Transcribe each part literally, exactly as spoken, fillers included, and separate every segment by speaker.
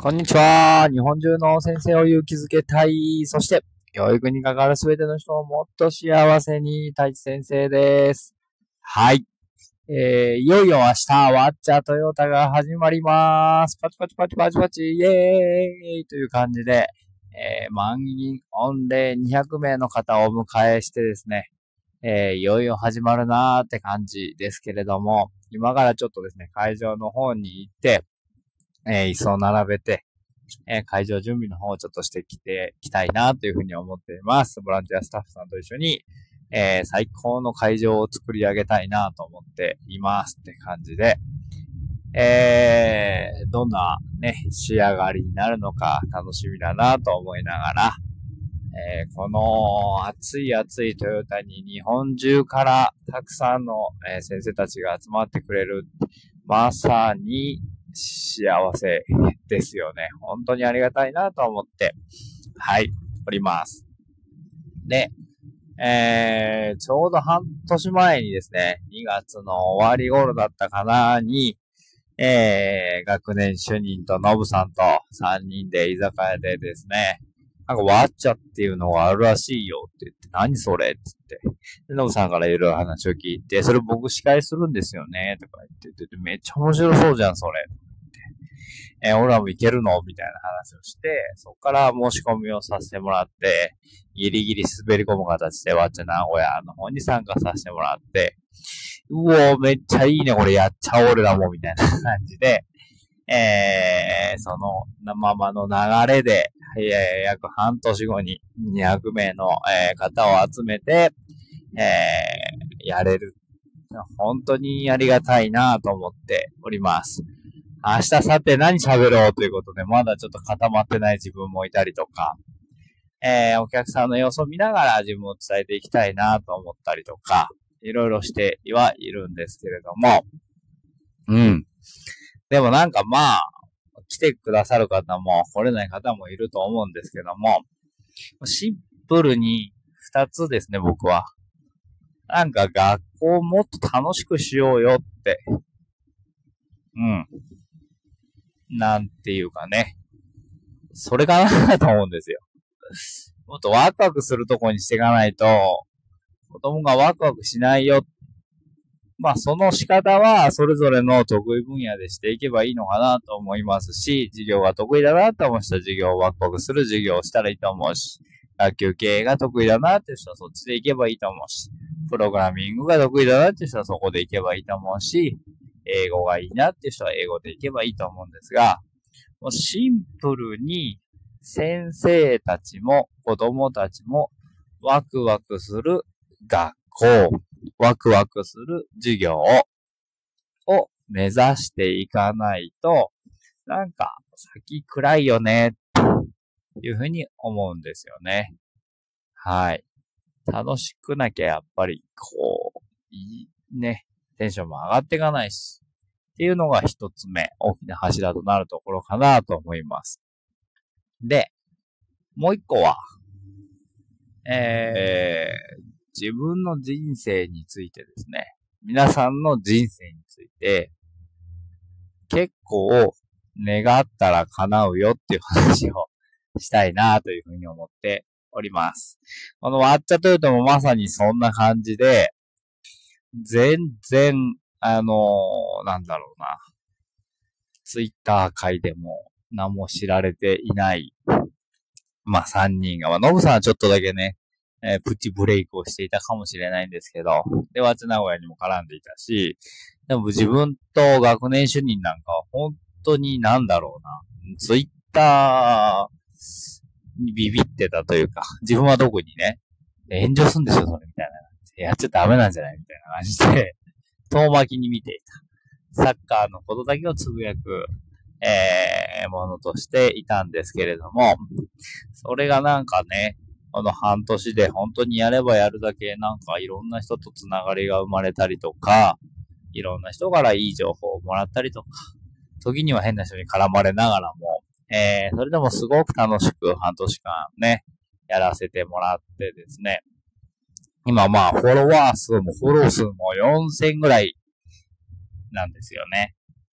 Speaker 1: こんにちは。日本中の先生を勇気づけたい。そして、教育に関わるすべての人をもっと幸せに、太一先生です。はい。えー、いよいよ明日、ワッチャートヨタが始まります。パチパチパチパチパチ、イエーイという感じで、えー、満員御礼にひゃくめいの方をお迎えしてですね、えー、いよいよ始まるなーって感じですけれども、今からちょっとですね、会場の方に行って、えー、椅子を並べて、えー、会場準備の方をちょっとしてきていきたいなというふうに思っています。ボランティアスタッフさんと一緒に、えー、最高の会場を作り上げたいなと思っていますって感じで、えー、どんなね、仕上がりになるのか楽しみだなと思いながら、えー、この暑い暑いトヨタに日本中からたくさんの、えー、先生たちが集まってくれる、まさに幸せですよね。本当にありがたいなと思って、はい、おります。で、えー、ちょうど半年前にですね、にがつの終わり頃だったかなに、えー、学年主任とノブさんとさんにんで居酒屋でですね、なんかワッチャっていうのがあるらしいよって言って、何それって言って、で、ノブさんからいろいろ話を聞いて、それ僕司会するんですよね、とか言ってて、めっちゃ面白そうじゃん、それ。えー、俺らも行けるのみたいな話をして、そこから申し込みをさせてもらって、ギリギリ滑り込む形でワッチャ名古屋の方に参加させてもらって、うおー、めっちゃいいね、これやっちゃおう、俺らも、みたいな感じで、えー、そのままの流れで、えー、約半年後ににひゃくめいの、えー、方を集めて、えー、やれる。本当にありがたいなと思っております。明日さて何喋ろうということで、まだちょっと固まってない自分もいたりとか、えー、お客さんの様子を見ながら自分を伝えていきたいなと思ったりとか、いろいろしてはいるんですけれども、うん。でもなんかまあ、来てくださる方も来れない方もいると思うんですけども、シンプルに二つですね、僕は。なんか学校をもっと楽しくしようよって。うん。なんていうかね。それかなと思うんですよ。もっとワクワクするとこにしていかないと、子供がワクワクしないよ。まあその仕方はそれぞれの得意分野でしていけばいいのかなと思いますし、授業が得意だなと思う人は授業をワクワクする授業をしたらいいと思うし、学級経営が得意だなって人はそっちで行けばいいと思うし、プログラミングが得意だなって人はそこで行けばいいと思うし、英語がいいなって人は英語で行けばいいと思うんですが、もうシンプルに先生たちも子供たちもワクワクする学校、ワクワクする授業を目指していかないと、なんか先暗いよねっていうふうに思うんですよね。はい。楽しくなきゃやっぱりこう、いいね、テンションも上がっていかないし、っていうのが一つ目、大きな柱となるところかなと思います。で、もう一個は、えー、自分の人生についてですね、皆さんの人生について、結構願ったら叶うよっていう話をしたいなというふうに思っております。このワッチャトヨタもまさにそんな感じで、全然、あのー、なんだろうな、ツイッター界でも何も知られていない、まあさんにんが、まあノブさんはちょっとだけね、えー、プチブレイクをしていたかもしれないんですけど、で、ワッチャ名古屋にも絡んでいたし、でも自分と学年主任なんかは本当になんだろうな、ツイッターにビビってたというか、自分は特にね、炎上すんでしょそれみたいな。やっちゃダメなんじゃないみたいな感じで、遠巻きに見ていた。サッカーのことだけをつぶやく、えー、ものとしていたんですけれども、それがなんかね、この半年で本当にやればやるだけなんかいろんな人とつながりが生まれたりとか、いろんな人からいい情報をもらったりとか、時には変な人に絡まれながらも、えー、それでもすごく楽しく半年間ね、やらせてもらってですね、今まあフォロワー数もフォロー数もよんせんぐらいなんですよね。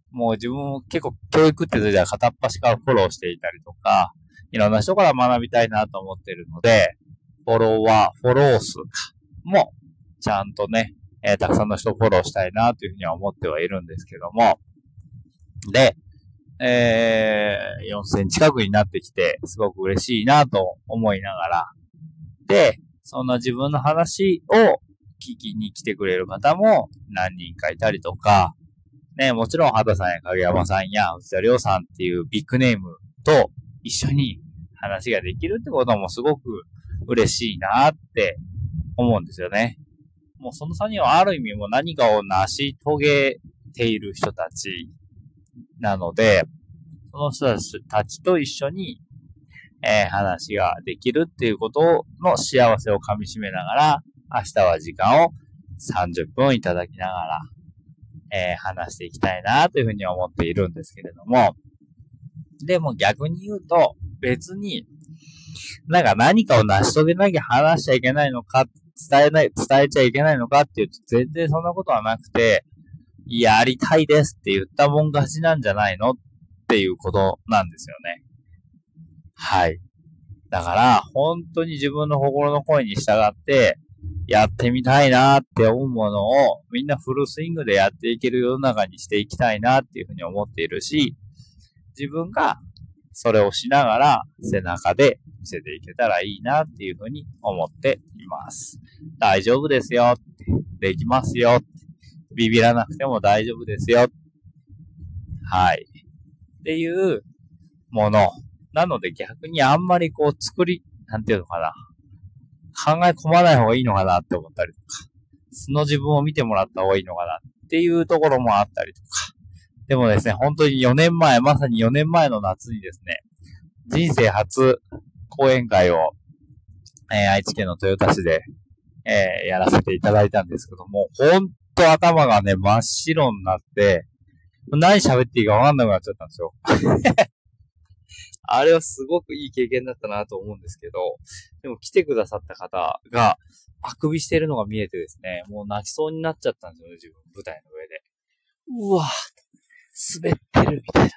Speaker 1: もう自分も結構教育ってじゃあ片っ端からフォローしていたりとか、いろんな人から学びたいなと思っているので、フォロワー、フォロー数かも、ちゃんとね、えー、たくさんの人をフォローしたいなというふうには思ってはいるんですけども、で、えー、よんせん近くになってきて、すごく嬉しいなと思いながら、で、そんな自分の話を聞きに来てくれる方も何人かいたりとか、ね、もちろん畑さんや影山さんや内田亮さんっていうビッグネームと一緒に話ができるってこともすごく嬉しいなって思うんですよね。もうそのさんにんはある意味もう何かを成し遂げている人たちなので、その人たちと一緒に、えー、話ができるっていうことの幸せを噛み締めながら、明日は時間をさんじゅっぷんいただきながら、えー、話していきたいなというふうに思っているんですけれども、でも逆に言うと、別に、なんか何かを成し遂げなきゃ話しちゃいけないのか、伝えない、伝えちゃいけないのかっていうと、全然そんなことはなくて、やりたいですって言ったもん勝ちなんじゃないのっていうことなんですよね。はい。だから、本当に自分の心の声に従って、やってみたいなって思うものをみんなフルスイングでやっていける世の中にしていきたいなっていうふうに思っているし、自分がそれをしながら背中で見せていけたらいいなっていうふうに思っています。大丈夫ですよ。できますよ。ビビらなくても大丈夫ですよ。はい。っていうもの。なので逆にあんまりこう作り、なんていうのかな。考え込まない方がいいのかなって思ったりとか。素の自分を見てもらった方がいいのかなっていうところもあったりとか。でもですね、本当によねんまえ、まさによねんまえの夏にですね、人生初講演会を、えー、愛知県の豊田市で、えー、やらせていただいたんですけども、本当頭がね、真っ白になって、何喋っていいか分かんなくなっちゃったんですよ。あれはすごくいい経験だったなと思うんですけど、でも来てくださった方が、あくびしてるのが見えてですね、もう泣きそうになっちゃったんですよね、自分、舞台の上で。うわぁ、滑ってるみたいな。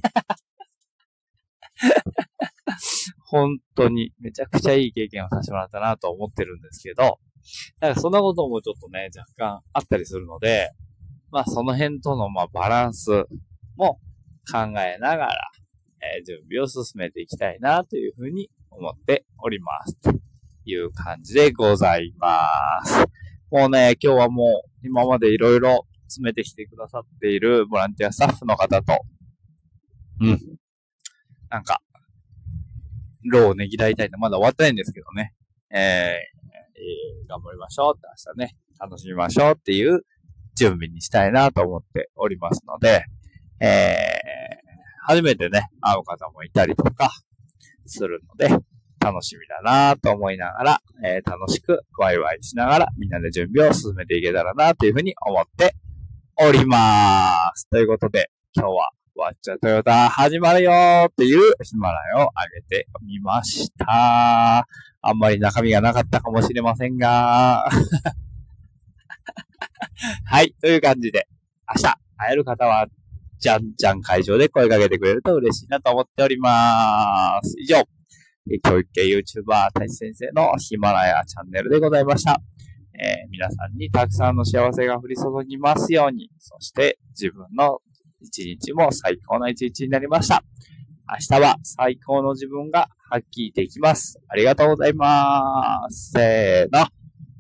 Speaker 1: 本当にめちゃくちゃいい経験をさせてもらったなと思ってるんですけど、だからそんなこともちょっとね、若干あったりするので、まあその辺とのまあバランスも考えながら、えー、準備を進めていきたいなというふうに思っております。という感じでございます。もうね、今日はもう今までいろいろ詰めてきてくださっているボランティアスタッフの方と、うん。なんか、労をねぎらいたいと、まだ終わってないんですけどね。えーえー、頑張りましょうって明日ね、楽しみましょうっていう準備にしたいなと思っておりますので、えー、初めてね、会う方もいたりとかするので、楽しみだなと思いながら、えー、楽しくワイワイしながらみんなで準備を進めていけたらなというふうに思っております。ということで、今日はわっちゃトヨタ始まるよーっていうヒマラヤを上げてみました。あんまり中身がなかったかもしれませんが。はい、という感じで、明日会える方は、じゃんじゃん会場で声かけてくれると嬉しいなと思っております。以上、教育系 YouTuber たち先生のヒマラヤチャンネルでございました。えー、皆さんにたくさんの幸せが降り注ぎますように、そして自分の一日も最高な一日になりました。明日は最高の自分が発揮できます。ありがとうございます。せーの。